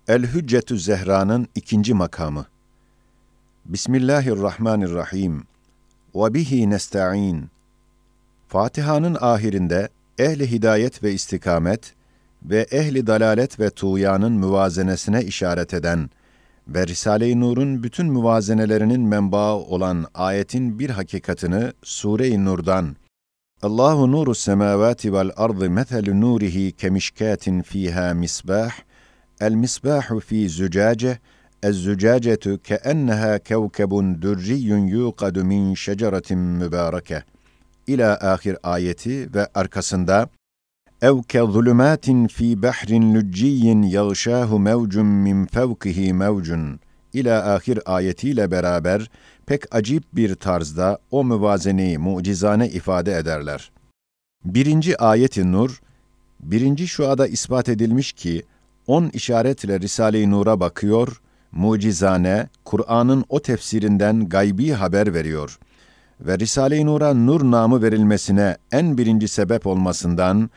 El-Hüccetü Zehra'nın ikinci makamı. Bismillahirrahmanirrahim. Ve bihi nesta'in. Fatiha'nın ahirinde ehli hidayet ve istikamet ve ehli dalalet ve tuğyanın müvazenesine işaret eden ve Risale-i Nur'un bütün müvazenelerinin menbaı olan ayetin bir hakikatını Sure-i Nur'dan Allahu nuru semavati vel ardı meselu nurihi kemişkatin fiha misbah el-misbahu fi zücace ez-zücacetu keenneha kevkebun durriyyun yuqadu min şeceretin mübareke ila ahir ayeti ve arkasında ev ke zulümatin fi bahrin lücciyyin yağşâhu mevcun min fevkihi mevcun ila ahir ayetiyle beraber pek acip bir tarzda o müvazeneyi mucizane ifade ederler. Birinci ayet-i Nur, birinci şuada ispat edilmiş ki, 10 işaretle Risale-i Nur'a bakıyor, mucizane, Kur'an'ın o tefsirinden gaybi haber veriyor. Ve Risale-i Nur'a Nur namı verilmesine en birinci sebep olmasından,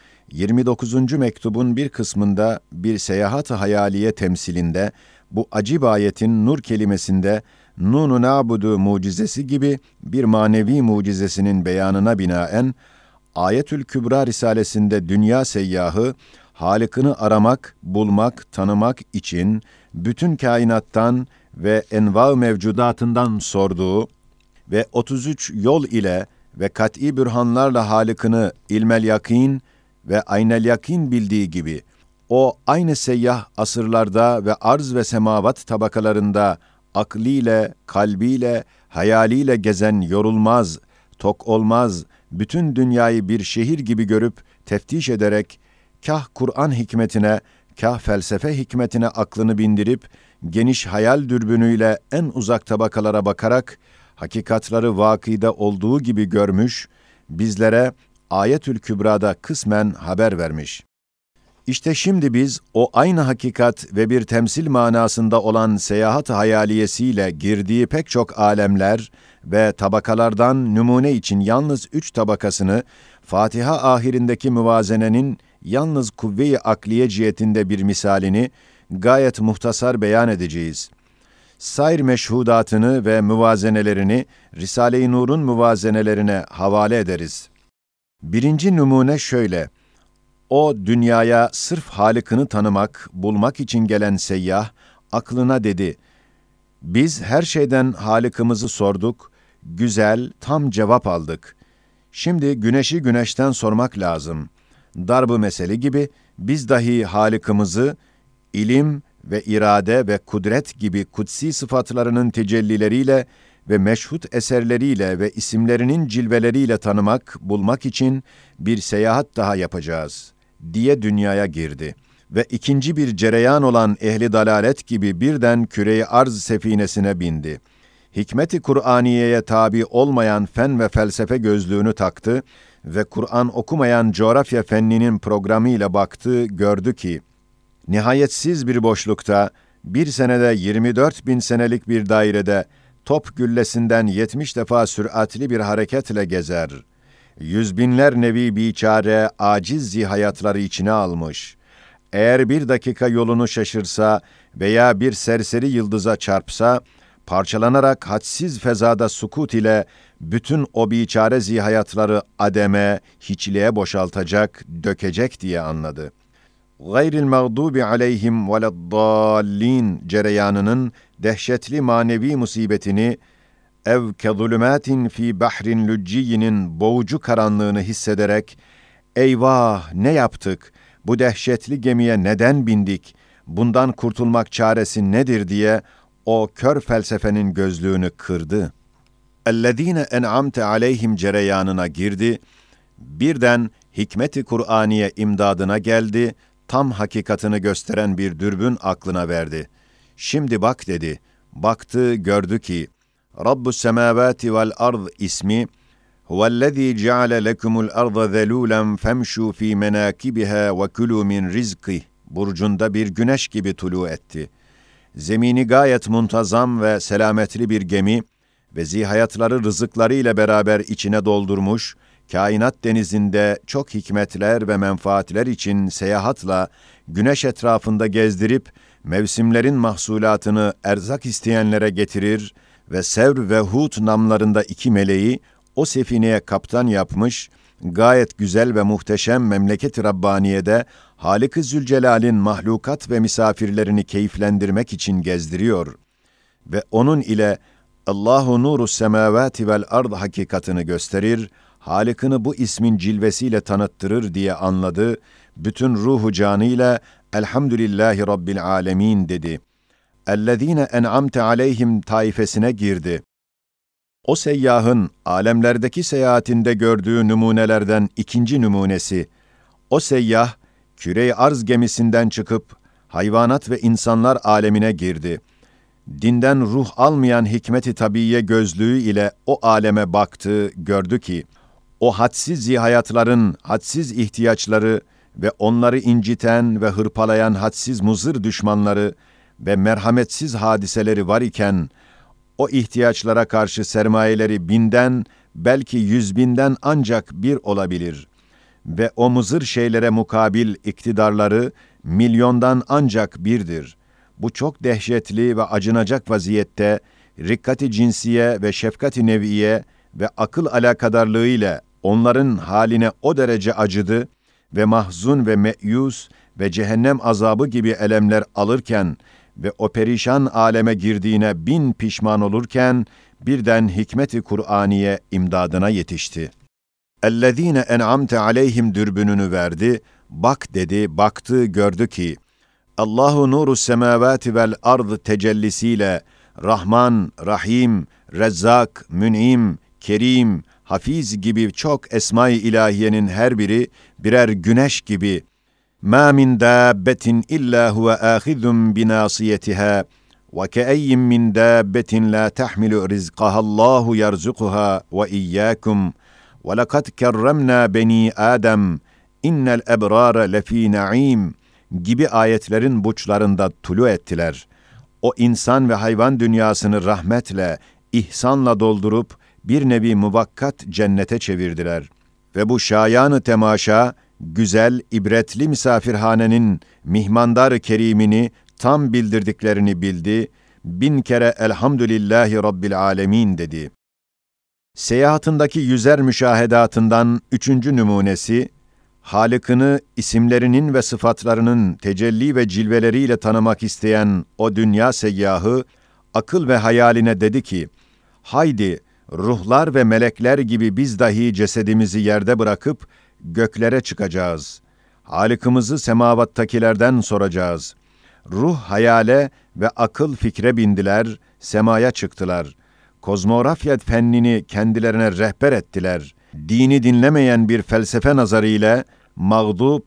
29. mektubun bir kısmında bir seyahat-ı hayaliye temsilinde, bu acib ayetin Nur kelimesinde, Nun-u Na'budu mucizesi gibi bir manevi mucizesinin beyanına binaen, Ayetül Kübra Risalesinde dünya seyyahı, Halık'ını aramak, bulmak, tanımak için bütün kainattan ve enva mevcudatından sorduğu ve 33 yol ile ve kat'i bürhanlarla Halık'ını ilmel yakin ve aynel yakin bildiği gibi, o aynı seyyah asırlarda ve arz ve semavat tabakalarında akliyle, kalbiyle, hayaliyle gezen yorulmaz, tok olmaz, bütün dünyayı bir şehir gibi görüp teftiş ederek, kah Kur'an hikmetine, kah felsefe hikmetine aklını bindirip, geniş hayal dürbünüyle en uzak tabakalara bakarak, hakikatları vakîde olduğu gibi görmüş, bizlere Ayetül Kübra'da kısmen haber vermiş. İşte şimdi biz o aynı hakikat ve bir temsil manasında olan seyahat-ı hayaliyesiyle girdiği pek çok alemler ve tabakalardan numune için yalnız 3 tabakasını Fatiha ahirindeki müvazenenin yalnız kuvve-i akliye cihetinde bir misalini gayet muhtasar beyan edeceğiz. Sair meşhudatını ve müvazenelerini Risale-i Nur'un müvazenelerine havale ederiz. Birinci numune şöyle: O dünyaya sırf Halık'ını tanımak, bulmak için gelen seyyah, aklına dedi, biz her şeyden Halık'ımızı sorduk, güzel, tam cevap aldık. Şimdi güneşi güneşten sormak lazım. Darb-ı mesele gibi biz dahi Halık'ımızı, ilim ve irade ve kudret gibi kutsi sıfatlarının tecellileriyle ve meşhut eserleriyle ve isimlerinin cilveleriyle tanımak, bulmak için bir seyahat daha yapacağız diye dünyaya girdi. Ve ikinci bir cereyan olan ehli dalalet gibi birden küre-i arz sefinesine bindi. Hikmet-i Kur'aniye'ye tabi olmayan fen ve felsefe gözlüğünü taktı ve Kur'an okumayan coğrafya fenninin programıyla baktı, gördü ki, nihayetsiz bir boşlukta, bir senede 24 bin senelik bir dairede, top güllesinden 70 defa süratli bir hareketle gezer. Yüz binler nevi biçare, aciz zihayatları içine almış. Eğer bir dakika yolunu şaşırsa veya bir serseri yıldıza çarpsa, parçalanarak hadsiz fezada sukut ile bütün o biçare zihayatları ademe, hiçliğe boşaltacak, dökecek diye anladı. Gayril mağdubi aleyhim veleddallin cereyanının dehşetli manevi musibetini, ev ke zulümatin fi bahrin lücciyinin boğucu karanlığını hissederek, eyvah ne yaptık, bu dehşetli gemiye neden bindik, bundan kurtulmak çaresi nedir diye o kör felsefenin gözlüğünü kırdı. اَلَّذ۪ينَ اَنْعَمْتَ aleyhim cereyanına girdi, birden hikmet-i Kur'aniye imdadına geldi, tam hakikatını gösteren bir dürbün aklına verdi. Şimdi bak dedi, baktı gördü ki, Rabbus semavati vel ard ismi, huvellezî ceale lekumul arda zelûlen femşû fî menâkibiha ve kulû min rizkih burcunda bir güneş gibi tulu etti. Zemini gayet muntazam ve selametli bir gemi ve zihayatları rızıkları ile beraber içine doldurmuş, kainat denizinde çok hikmetler ve menfaatler için seyahatla güneş etrafında gezdirip mevsimlerin mahsulatını erzak isteyenlere getirir ve Sevr ve Hud namlarında 2 meleği o sefineye kaptan yapmış, gayet güzel ve muhteşem memleket-i Rabbaniye'de Halik-i Zülcelal'in mahlukat ve misafirlerini keyiflendirmek için gezdiriyor ve onun ile Allahu nurus semavati vel ard hakikatını gösterir, Halık'ını bu ismin cilvesiyle tanıttırır diye anladı, bütün ruhu canıyla Elhamdülillahi Rabbil alemin dedi. اَلَّذ۪ينَ اَنْعَمْتَ عَلَيْهِمْ taifesine girdi. O seyyahın alemlerdeki seyahatinde gördüğü numunelerden ikinci numunesi, o seyyah, küre-i arz gemisinden çıkıp hayvanat ve insanlar alemine girdi. Dinden ruh almayan hikmet-i tabiiye gözlüğü ile o aleme baktı, gördü ki, o hadsiz zihayatların hadsiz ihtiyaçları ve onları inciten ve hırpalayan hadsiz muzır düşmanları ve merhametsiz hadiseleri var iken, o ihtiyaçlara karşı sermayeleri 1000'den, belki 100.000'den ancak bir olabilir ve o muzır şeylere mukabil iktidarları milyondan ancak birdir. Bu çok dehşetli ve acınacak vaziyette, rikkat-i cinsiye ve şefkat-i neviye ve akıl alakadarlığıyla onların haline o derece acıdı ve mahzun ve meyus ve cehennem azabı gibi elemler alırken ve o perişan aleme girdiğine 1000 pişman olurken, birden hikmet-i Kur'aniye imdadına yetişti. اَلَّذ۪ينَ اَنْعَمْتَ عَلَيْهِمْ dürbününü verdi, bak dedi, baktı, gördü ki, Allahu nurus semavati vel ard tecellisiyle Rahman, Rahim, Rezzak, Mün'im, Kerim, Hafiz gibi çok esma-i ilahiyenin her biri birer güneş gibi مَا مِنْ دَابَّةٍ إِلَّا هُوَ آخِذٌ بِنَاصِيَتِهَا وَكَأَيٍّ مِنْ دَابَّةٍ لَا تَحْمِلُ رِزْقَهَا اللّٰهُ يَرْزُقُهَا وَإِيَّاكُمْ وَلَقَدْ كَرَّمْنَا بَنِي آدَمَ اِنَّ الْأَبْرَارَ لَف۪ي نَعِيمٍ gibi ayetlerin burçlarında tulu ettiler. O insan ve hayvan dünyasını rahmetle, ihsanla doldurup bir nevi muvakkat cennete çevirdiler. Ve bu şayanı temaşa, güzel, ibretli misafirhanenin mihmandar-ı kerimini tam bildirdiklerini bildi, 1000 kere Elhamdülillahi Rabbil alemin dedi. Seyahatındaki yüzer müşahedatından 3. numunesi, Halık'ını isimlerinin ve sıfatlarının tecelli ve cilveleriyle tanımak isteyen o dünya seyyahı, akıl ve hayaline dedi ki, haydi, ruhlar ve melekler gibi biz dahi cesedimizi yerde bırakıp göklere çıkacağız. Halık'ımızı semavattakilerden soracağız. Ruh hayale ve akıl fikre bindiler, semaya çıktılar. Kozmografya fennini kendilerine rehber ettiler. Dini dinlemeyen bir felsefe nazarıyla, mağdup,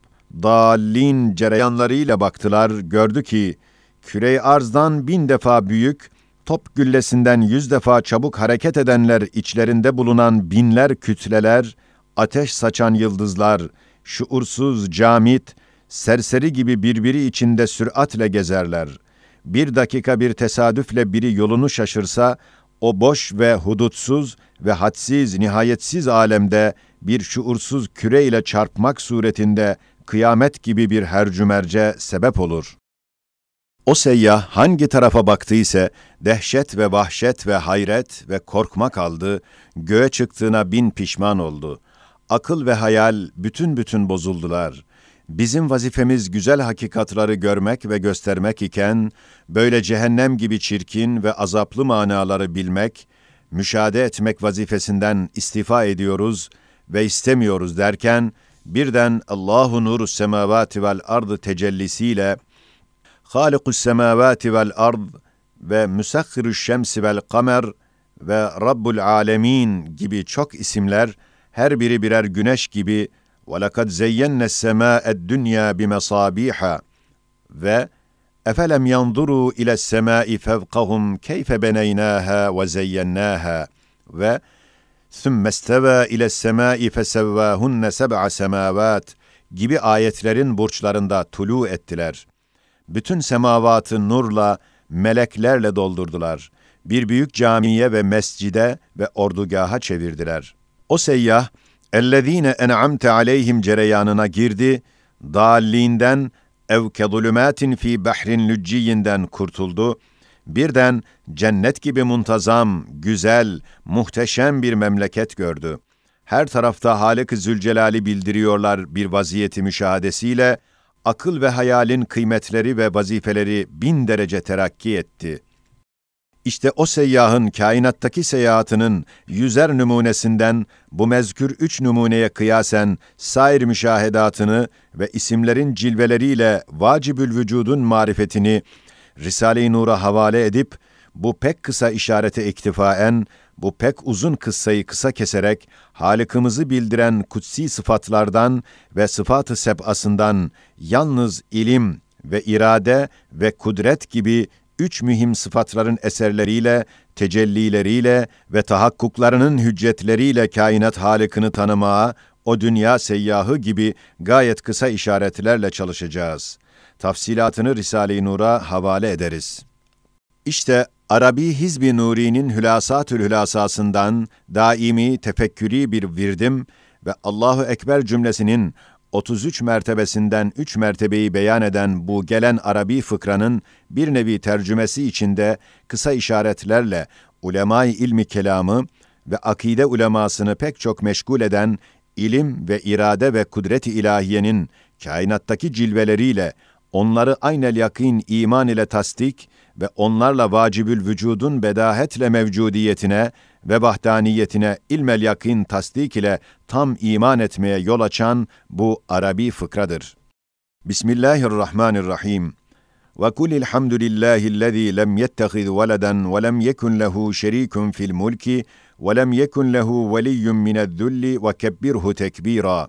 dallin cereyanlarıyla baktılar, gördü ki, küre-i arzdan 1000 defa büyük, top güllesinden 100 defa çabuk hareket edenler içlerinde bulunan binler kütleler, ateş saçan yıldızlar, şuursuz, camit, serseri gibi birbiri içinde süratle gezerler. Bir dakika bir tesadüfle biri yolunu şaşırsa, o boş ve hudutsuz ve hadsiz, nihayetsiz alemde bir şuursuz küre ile çarpmak suretinde kıyamet gibi bir hercümerce sebep olur. O seyyah hangi tarafa baktıysa dehşet ve vahşet ve hayret ve korkma kaldı, göğe çıktığına 1000 pişman oldu. Akıl ve hayal bütün bozuldular. Bizim vazifemiz güzel hakikatları görmek ve göstermek iken, böyle cehennem gibi çirkin ve azaplı manaları bilmek, müşahede etmek vazifesinden istifa ediyoruz ve istemiyoruz derken, birden Allahu nurus semavati vel ard tecellisiyle, Hâlikus semâvâti vel ard ve müsahhirüş şemsi vel kamer ve Rabbul alemin gibi çok isimler, her biri birer güneş gibi وَلَقَدْ زَيَّنَّ السَّمَاءَ الدُّنْيَا بِمَصَابِيحَ ve اَفَلَمْ يَنْظُرُوا اِلَى السَّمَاءِ فَوْقَهُمْ كَيْفَ بَنَيْنَاهَا وَزَيَّنَّاهَا ve ثُمَّ اسْتَوَى اِلَى السَّمَاءِ فَسَوَّاهُنَّ سَبْعَ سَمَاوَاتٍ gibi ayetlerin burçlarında tulu ettiler. Bütün semavatı nurla, meleklerle doldurdular. Bir büyük camiye ve mescide ve ordugaha çevirdiler. O seyyah, اَلَّذ۪ينَ اَنْعَمْتَ عَلَيْهِمْ cereyanına girdi, dâlliğinden ev kezulumatin fi bahrin lücciyinden kurtuldu. Birden cennet gibi muntazam, güzel, muhteşem bir memleket gördü. Her tarafta Halik-i Zülcelal'i bildiriyorlar bir vaziyeti müşahadesiyle, akıl ve hayalin kıymetleri ve vazifeleri 1000 derece terakki etti. İşte o seyyahın kainattaki seyahatinin 100'er numunesinden bu mezkür 3 numuneye kıyasen sair müşahedatını ve isimlerin cilveleriyle vacibül vücudun marifetini Risale-i Nur'a havale edip, bu pek kısa işarete iktifaen, bu pek uzun kıssayı kısa keserek, Halık'ımızı bildiren kutsi sıfatlardan ve sıfat-ı seb'asından yalnız ilim ve irade ve kudret gibi 3 mühim sıfatların eserleriyle, tecellileriyle ve tahakkuklarının hüccetleriyle kainat Halık'ını tanımaya, o dünya seyyahı gibi gayet kısa işaretlerle çalışacağız. Tafsilatını Risale-i Nur'a havale ederiz. İşte Arabi Hizb-i Nuri'nin Hülasatül Hülasasından daimi tefekkürî bir virdim ve Allahu Ekber cümlesinin 33 mertebesinden 3 mertebeyi beyan eden bu gelen Arabi fıkranın bir nevi tercümesi içinde kısa işaretlerle ulema-i ilmi kelamı ve akide ulemasını pek çok meşgul eden ilim ve irade ve kudret-i ilahiyenin kainattaki cilveleriyle onları aynel yakîn iman ile tasdik ve onlarla vacibül vücudun bedahetle mevcudiyetine ve vahdaniyetine ilmel yakîn tasdik ile tam iman etmeye yol açan bu Arabi fıkradır. Bismillahirrahmanirrahim. Ve kulil hamdülillahillezî lem yettehiz veleden ve lem yekun lehu şerîkun fil mulki ve lem yekun lehu veliyyun minezzulli ve kebbirhu tekbîrâ.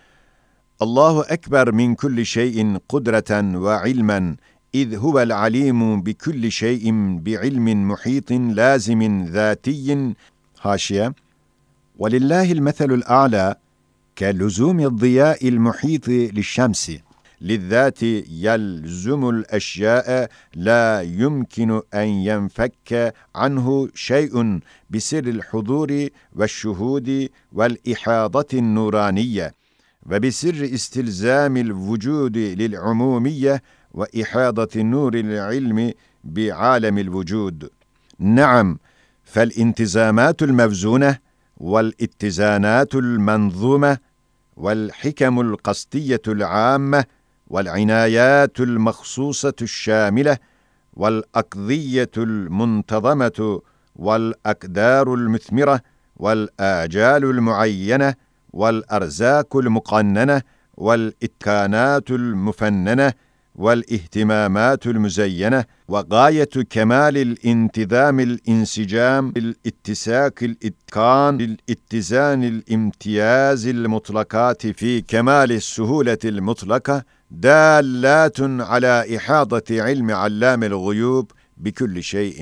Allahu ekber min kulli şeyin kudreten ve ilmen İz huvel alimu bi kulli şeyin bi ilmin muhitin lazimin zatiyin. Haşiye. Ve lillahil meselul a'la ke luzumil ziya'il muhiti lişşemsi. Lizzati yelzumul eşya'e la yumkinu en yenfekke anhu şey'un bisirril huduri ve şuhudi vel ihadatin nuraniyye ve bisirri istilzamil vücudi lil umumiyye ve ihadati nuril ilmi bi alemil vücud. Naam, fel intizamatul mevzune vel ittizanatul manzume vel hikemul kastiyetul amme vel inayatul mahsusatul şamile vel akziyetul muntazametu vel akdarul müthmire vel ajalul muayyene vel erzakul mukannene vel itkanatul mufennene والاهتمامات المزينة وغاية كمال الانتظام الانسجام الاتساك الاتقان الاتزان الامتياز المطلقات في كمال السهولة المطلقة دالات على إحاطة علم علام الغيوب بكل شيء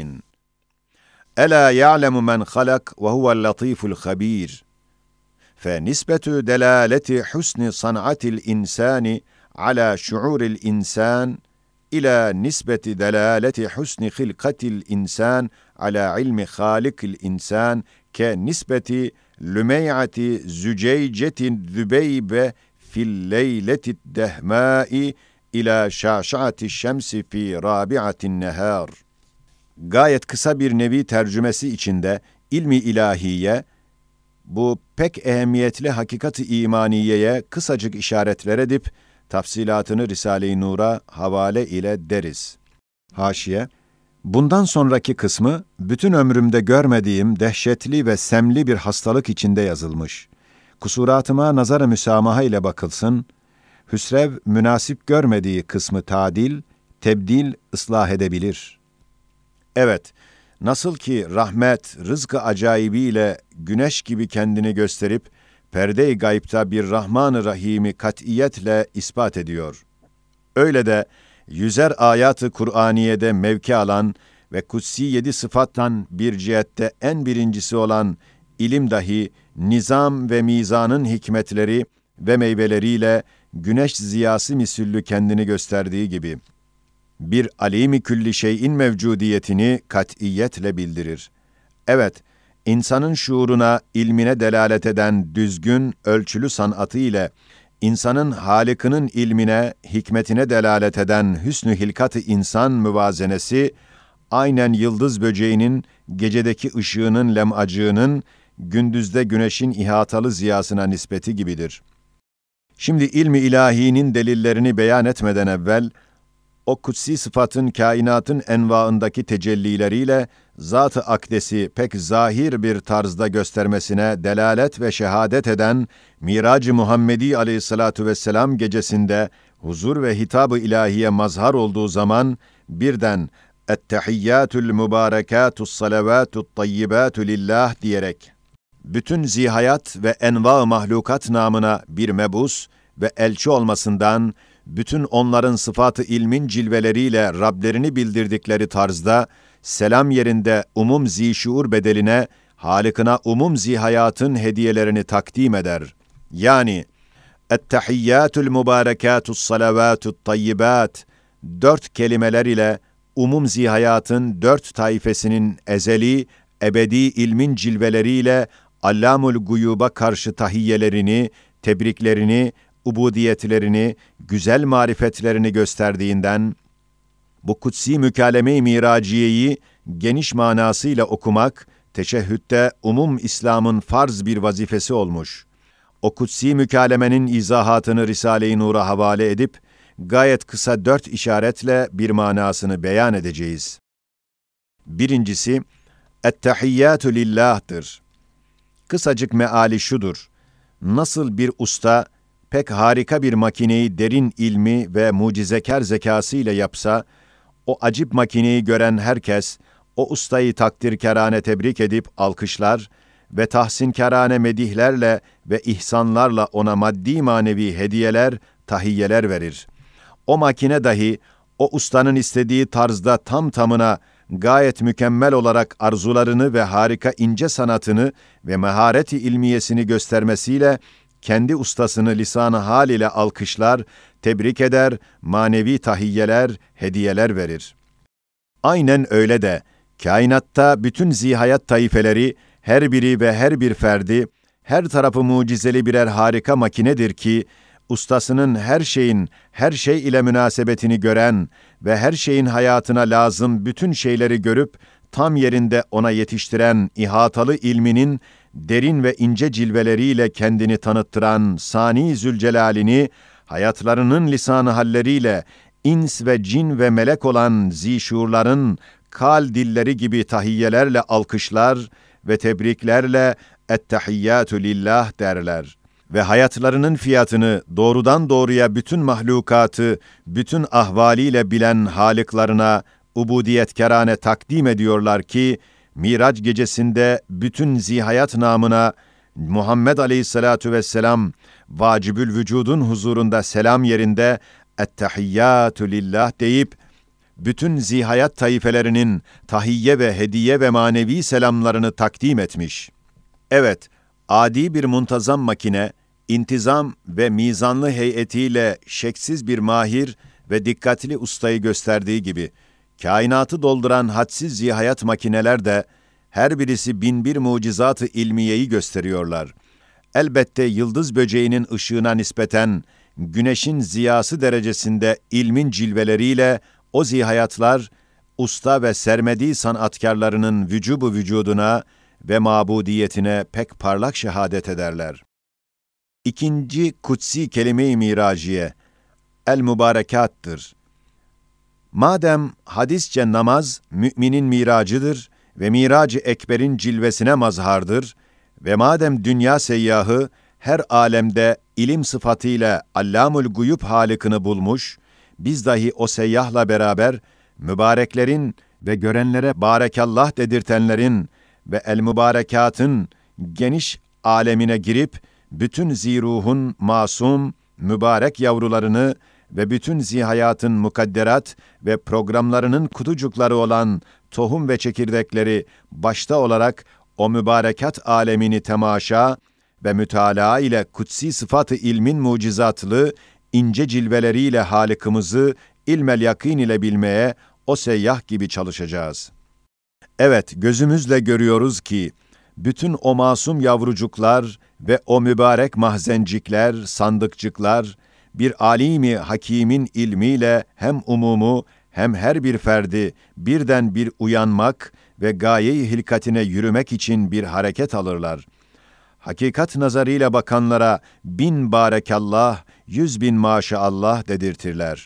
ألا يعلم من خلق وهو اللطيف الخبير فنسبة دلالة حسن صنعة الإنسان على شعور الإنسان إلى نسبة دلالة حسن خلقة الإنسان على علم خالق الإنسان كنسبة لميعة زجيجة الذبيب في الليلة الدهماء إلى شعشعة الشمس في رابعة النهار. Gayet kısa bir nevi tercümesi içinde ilmi ilahiye, bu pek ehemmiyetli hakikat-ı imaniyeye kısacık işaretler edip, tafsilatını Risale-i Nur'a havale ile deriz. Haşiye, bundan sonraki kısmı, bütün ömrümde görmediğim dehşetli ve semli bir hastalık içinde yazılmış. Kusuratıma nazar-ı müsamaha ile bakılsın, Hüsrev münasip görmediği kısmı tadil, tebdil, ıslah edebilir. Evet, nasıl ki rahmet, rızkı acayibiyle güneş gibi kendini gösterip, perde-i gayipta bir Rahman-ı Rahim'i katiyetle ispat ediyor. Öyle de 100'er ayat-ı Kur'aniye'de mevki alan ve kutsi 7 sıfattan bir cihette en birincisi olan ilim dahi, nizam ve mizanın hikmetleri ve meyveleriyle güneş ziyası misüllü kendini gösterdiği gibi, bir alimi külli şeyin mevcudiyetini katiyetle bildirir. Evet, İnsanın şuuruna, ilmine delalet eden düzgün, ölçülü sanatı ile insanın Halık'ının ilmine, hikmetine delalet eden hüsnü hilkat-ı insan müvazenesi, aynen yıldız böceğinin gecedeki ışığının lemacığının gündüzde güneşin ihatalı ziyasına nispeti gibidir. Şimdi ilmi ilahinin delillerini beyan etmeden evvel, o kutsi sıfatın kainatın envaındaki tecellileriyle zat-ı akdesi pek zahir bir tarzda göstermesine delalet ve şehadet eden Mirac-ı Muhammedi aleyhissalatu vesselam gecesinde huzur ve hitab-ı ilahiye mazhar olduğu zaman birden "Ettehiyyatül mübarekâtus salavatut tayyibatü lillah" diyerek bütün zihayat ve enva-ı mahlukat namına bir mebus ve elçi olmasından, bütün onların sıfatı ilmin cilveleriyle Rablerini bildirdikleri tarzda, selam yerinde umum zişuur bedeline, Halık'ına umum zihayatın hediyelerini takdim eder. Yani, "Ettehiyyatül mübarekâtus salavatut tayyibat" 4 kelimeler ile umum zihayatın 4 taifesinin ezeli, ebedi ilmin cilveleriyle Allamul Guyub'a karşı tahiyyelerini, tebriklerini, ubudiyetlerini, güzel marifetlerini gösterdiğinden, bu kutsi mükalleme-i miraciyeyi geniş manasıyla okumak, teşehhütte umum İslam'ın farz bir vazifesi olmuş. O kutsi mükalemenin izahatını Risale-i Nur'a havale edip, gayet kısa 4 işaretle bir manasını beyan edeceğiz. Birincisi, "Ettehiyyatü lillah'tır." Kısacık meali şudur: nasıl bir usta, pek harika bir makineyi derin ilmi ve mucizekar zekasıyla yapsa, o acip makineyi gören herkes, o ustayı takdirkârane tebrik edip alkışlar ve tahsinkârane medihlerle ve ihsanlarla ona maddi manevi hediyeler, tahiyyeler verir. O makine dahi, o ustanın istediği tarzda tam tamına, gayet mükemmel olarak arzularını ve harika ince sanatını ve mehareti ilmiyesini göstermesiyle, kendi ustasını lisan-ı hal ile alkışlar, tebrik eder, manevi tahiyyeler, hediyeler verir. Aynen öyle de, kainatta bütün zihayat taifeleri, her biri ve her bir ferdi, her tarafı mucizeli birer harika makinedir ki, ustasının her şey ile münasebetini gören ve her şeyin hayatına lazım bütün şeyleri görüp, tam yerinde ona yetiştiren ihatalı ilminin, derin ve ince cilveleriyle kendini tanıttıran Sani Zülcelal'ini, hayatlarının lisan-ı halleriyle, ins ve cin ve melek olan zişurların, kal dilleri gibi tahiyyelerle alkışlar ve tebriklerle "Ettehiyyatü lillah" derler. Ve hayatlarının fiyatını doğrudan doğruya bütün mahlukatı, bütün ahvaliyle bilen Halıklarına ubudiyetkarane takdim ediyorlar ki, Mirac gecesinde bütün zihayat namına Muhammed Aleyhisselatu Vesselam vacibül vücudun huzurunda selam yerinde "Ettehiyyatü lillah" deyip, bütün zihayat taifelerinin tahiyye ve hediye ve manevi selamlarını takdim etmiş. Evet, adi bir muntazam makine, intizam ve mizanlı heyetiyle şeksiz bir mahir ve dikkatli ustayı gösterdiği gibi, kainatı dolduran hadsiz zihayat makineler de, her birisi binbir mucizat-ı ilmiyeyi gösteriyorlar. Elbette yıldız böceğinin ışığına nispeten, güneşin ziyası derecesinde ilmin cilveleriyle, o zihayatlar, usta ve sermedi sanatkarlarının vücubu vücuduna ve mabudiyetine pek parlak şehadet ederler. İkinci kutsi kelime-i miraciye, el-mübarekâttır. Madem hadisçe namaz, müminin miracıdır ve Mirac-ı Ekber'in cilvesine mazhardır ve madem dünya seyyahı, her alemde ilim sıfatıyla Allamul Guyub Halık'ını bulmuş, biz dahi o seyyahla beraber, mübareklerin ve görenlere barekallah dedirtenlerin ve el-mübarekatın geniş alemine girip, bütün ziruhun masum, mübarek yavrularını ve bütün zihayatın mukadderat ve programlarının kutucukları olan tohum ve çekirdekleri başta olarak o mübarekat alemini temaşa ve mütalaa ile kutsi sıfat-ı ilmin mucizatlı, ince cilveleriyle Halık'ımızı ilmel yakîn ile bilmeye o seyyah gibi çalışacağız. Evet, gözümüzle görüyoruz ki, bütün o masum yavrucuklar ve o mübarek mahzencikler, sandıkçıklar, bir alimi hakimin ilmiyle hem umumu hem her bir ferdi birden bir uyanmak ve gaye-i hilkatine yürümek için bir hareket alırlar. Hakikat nazarıyla bakanlara 1000 barekallah, 100.000 maşallah dedirtirler.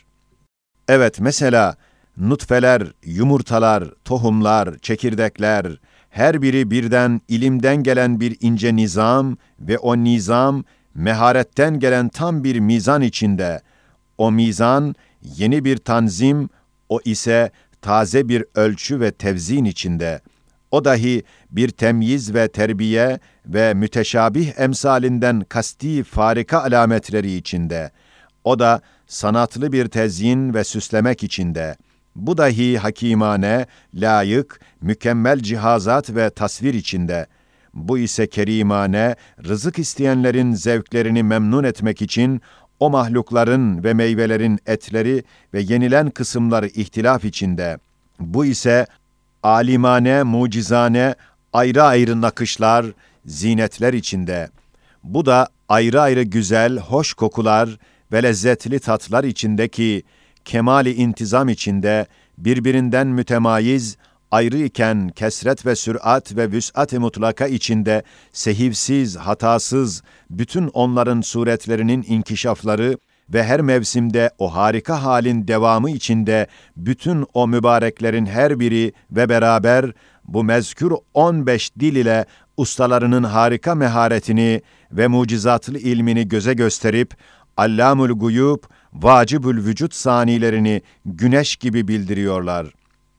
Evet, mesela nutfeler, yumurtalar, tohumlar, çekirdekler, her biri birden ilimden gelen bir ince nizam ve o nizam meharetten gelen tam bir mizan içinde. O mizan yeni bir tanzim, o ise taze bir ölçü ve tevzin içinde. O dahi bir temyiz ve terbiye ve müteşabih emsalinden kasti farika alametleri içinde. O da sanatlı bir tezyin ve süslemek içinde. Bu dahi hakimane, layık, mükemmel cihazat ve tasvir içinde. Bu ise kerimane, rızık isteyenlerin zevklerini memnun etmek için o mahlukların ve meyvelerin etleri ve yenilen kısımları ihtilaf içinde. Bu ise alimane, mucizane, ayrı ayrı nakışlar, zinetler içinde. Bu da ayrı ayrı güzel, hoş kokular ve lezzetli tatlar içindeki kemali intizam içinde birbirinden mütemayiz, ayrı iken kesret ve sürat ve vüs'at-ı mutlaka içinde sehivsiz, hatasız, bütün onların suretlerinin inkişafları ve her mevsimde o harika halin devamı içinde bütün o mübareklerin her biri ve beraber bu mezkür 15 dil ile ustalarının harika meharetini ve mucizatlı ilmini göze gösterip Allamul Guyub, Vacibül Vücut sanilerini güneş gibi bildiriyorlar.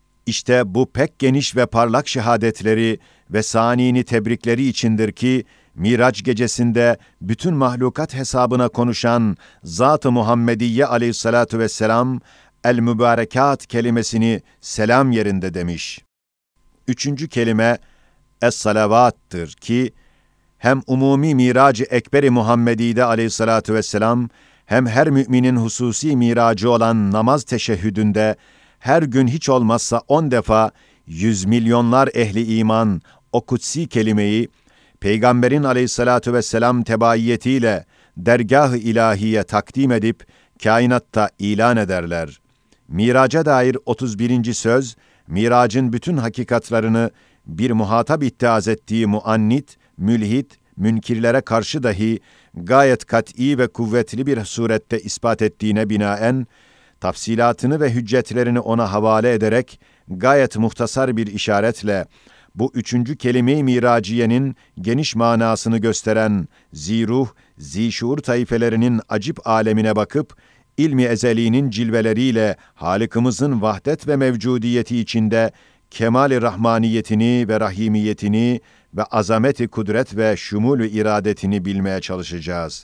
İşte bu pek geniş ve parlak şehadetleri ve sanini tebrikleri içindir ki, Miraç gecesinde bütün mahlukat hesabına konuşan Zat-ı Muhammediye aleyhissalatu vesselam, el-mübarekat kelimesini selam yerinde demiş. 3. kelime, es-salavattır ki, hem umumi Mirac-ı Ekber-i Muhammedi'de aleyhissalatu vesselam, hem her müminin hususi miracı olan namaz teşehhüdünde, her gün hiç olmazsa 10 defa 100 milyonlar ehli iman o kutsi kelimeyi, Peygamberin aleyhissalatu vesselam tebaiyetiyle dergâh-ı ilahiye takdim edip, kainatta ilan ederler. Miraca dair 31. söz, miracın bütün hakikatlarını bir muhatap ittiaz ettiği muannit, mülhit, münkirlere karşı dahi gayet kat'î ve kuvvetli bir surette ispat ettiğine binaen, tafsilatını ve hüccetlerini ona havale ederek, gayet muhtasar bir işaretle, bu 3. kelime-i miraciyenin geniş manasını gösteren ziruh, zişuur tayfelerinin acip alemine bakıp, ilmi ezeliğinin cilveleriyle Halık'ımızın vahdet ve mevcudiyeti içinde kemal-i rahmaniyetini ve rahimiyetini ve azameti kudret ve şumul-ü iradetini bilmeye çalışacağız.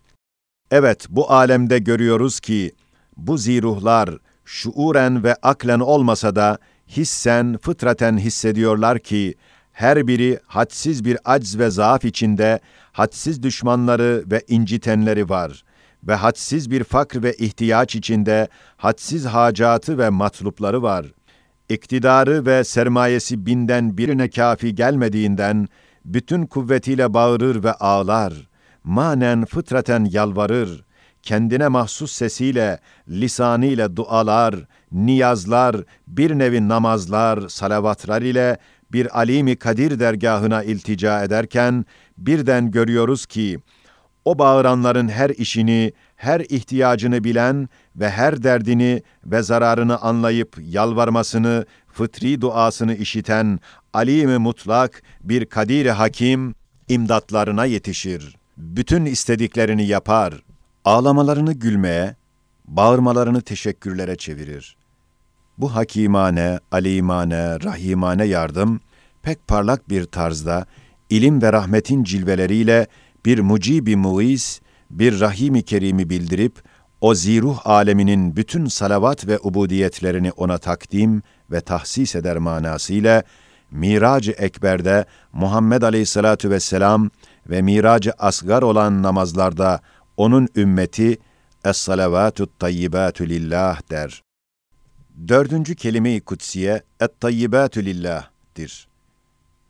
Evet, bu alemde görüyoruz ki, bu ziruhlar şuuren ve aklen olmasa da hissen, fıtraten hissediyorlar ki, her biri hadsiz bir acz ve zaaf içinde, hadsiz düşmanları ve incitenleri var ve hadsiz bir fakr ve ihtiyaç içinde, hadsiz hacatı ve matlupları var. İktidarı ve sermayesi 1000'den birine kafi gelmediğinden, bütün kuvvetiyle bağırır ve ağlar, manen fıtraten yalvarır, kendine mahsus sesiyle, lisanıyla dualar, niyazlar, bir nevi namazlar, salavatlar ile bir alimi kadir dergahına iltica ederken, birden görüyoruz ki, o bağıranların her işini, her ihtiyacını bilen ve her derdini ve zararını anlayıp yalvarmasını, fıtri duasını işiten alim-i mutlak bir kadir-i hakim imdatlarına yetişir. Bütün istediklerini yapar. Ağlamalarını gülmeye, bağırmalarını teşekkürlere çevirir. Bu hakimane, alimane, rahimane yardım, pek parlak bir tarzda, ilim ve rahmetin cilveleriyle bir mucibi muiz, bir rahimi kerimi bildirip, o ziruh aleminin bütün salavat ve ubudiyetlerini ona takdim ve tahsis eder manasıyla, Mirac-ı Ekber'de Muhammed Aleyhissalatu vesselam ve Mirac-ı Asgar olan namazlarda onun ümmeti Es-salavatut tayyibatü lillah der. 4. kelime-i kutsiye Et-tayyibatü lillah'dir.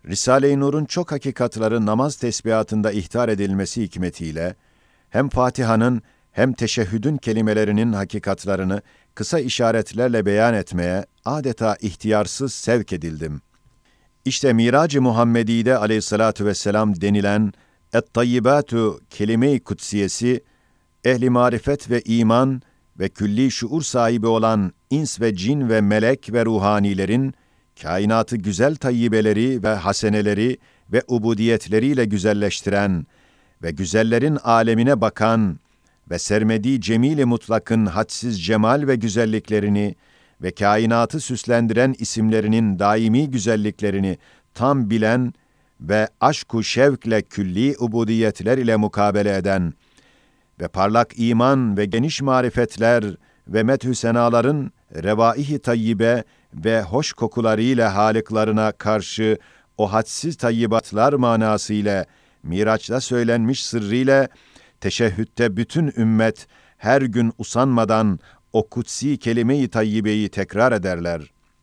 Risale-i Nur'un çok hakikatları namaz tesbihatında ihtar edilmesi hikmetiyle, hem Fatiha'nın hem teşehhüdün kelimelerinin hakikatlarını kısa işaretlerle beyan etmeye adeta ihtiyarsız sevk edildim. İşte Mirac-ı Muhammedi'de aleyhissalatu vesselam denilen et-tayyibatu kelime-i kutsiyesi, ehli marifet ve iman ve külli şuur sahibi olan ins ve cin ve melek ve ruhanilerin, kainatı güzel tayyibeleri ve haseneleri ve ubudiyetleriyle güzelleştiren ve güzellerin alemine bakan ve sermediği cemil-i mutlakın hadsiz cemal ve güzelliklerini ve kainatı süslendiren isimlerinin daimi güzelliklerini tam bilen ve aşk-ı şevkle külli ubudiyetler ile mukabele eden ve parlak iman ve geniş marifetler ve methü senaların revâih-i tayyibe ve hoş kokularıyla haliklarına karşı o hadsiz tayyibatlar manasıyla Miraç'ta söylenmiş sırrıyla teşehhütte bütün ümmet her gün usanmadan o kutsi kelime-i tayyibeyi tekrar ederler.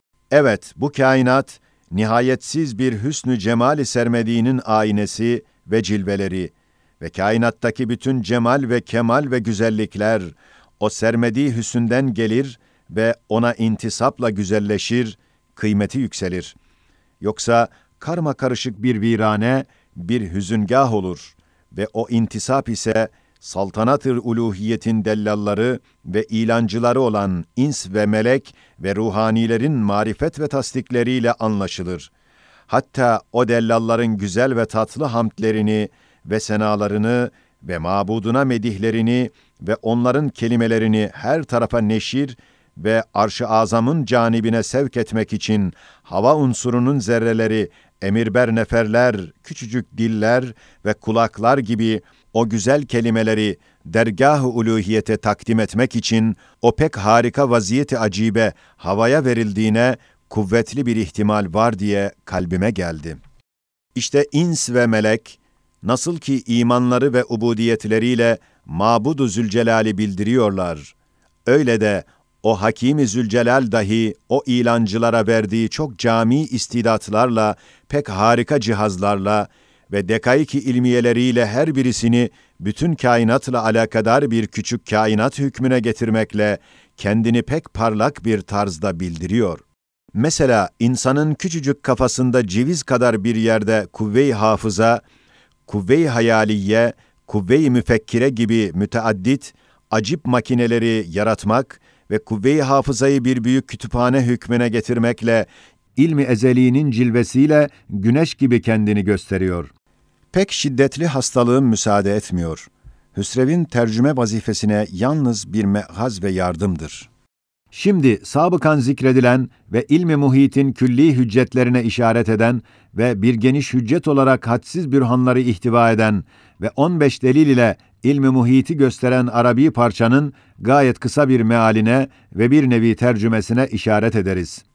Evet, bu kainat nihayetsiz bir hüsnü cemali sermediğinin aynesi ve cilveleri ve kainattaki bütün cemal ve kemal ve güzellikler o sermediği hüsünden gelir ve ona intisapla güzelleşir, kıymeti yükselir. Yoksa karma karışık bir virane, bir hüzüngah olur ve o intisap ise saltanat-ı uluhiyetin dellalları ve ilancıları olan ins ve melek ve ruhanilerin marifet ve tasdikleriyle anlaşılır. Hatta o dellalların güzel ve tatlı hamdlerini ve senalarını ve mabuduna medihlerini ve onların kelimelerini her tarafa neşir ve arş-ı azamın canibine sevk etmek için hava unsurunun zerreleri, emirber neferler, küçücük diller ve kulaklar gibi o güzel kelimeleri dergâh-ı uluhiyete takdim etmek için o pek harika vaziyeti acibe havaya verildiğine kuvvetli bir ihtimal var diye kalbime geldi. İşte ins ve melek, nasıl ki imanları ve ubudiyetleriyle Mabud-u Zülcelal'i bildiriyorlar, öyle de o Hakim-i Zülcelal dahi o ilancılara verdiği çok cami istidatlarla, pek harika cihazlarla ve dekaik-i ilmiyeleriyle her birisini bütün kainatla alakadar bir küçük kainat hükmüne getirmekle kendini pek parlak bir tarzda bildiriyor. Mesela insanın küçücük kafasında ceviz kadar bir yerde kuvve-i hafıza, kuvve-i hayaliye, kuvve-i müfekkire gibi müteaddit, acip makineleri yaratmak ve kuvve-i hafızayı bir büyük kütüphane hükmüne getirmekle, ilmi ezeliğinin cilvesiyle güneş gibi kendini gösteriyor. Pek şiddetli hastalığım müsaade etmiyor. Hüsrev'in tercüme vazifesine yalnız bir mehaz ve yardımdır. Şimdi sabıkan zikredilen ve ilmi muhitin külli hüccetlerine işaret eden ve bir geniş hüccet olarak hadsiz bürhanları ihtiva eden ve 15 delil ile ilmi muhiti gösteren Arabi parçanın gayet kısa bir mealine ve bir nevi tercümesine işaret ederiz.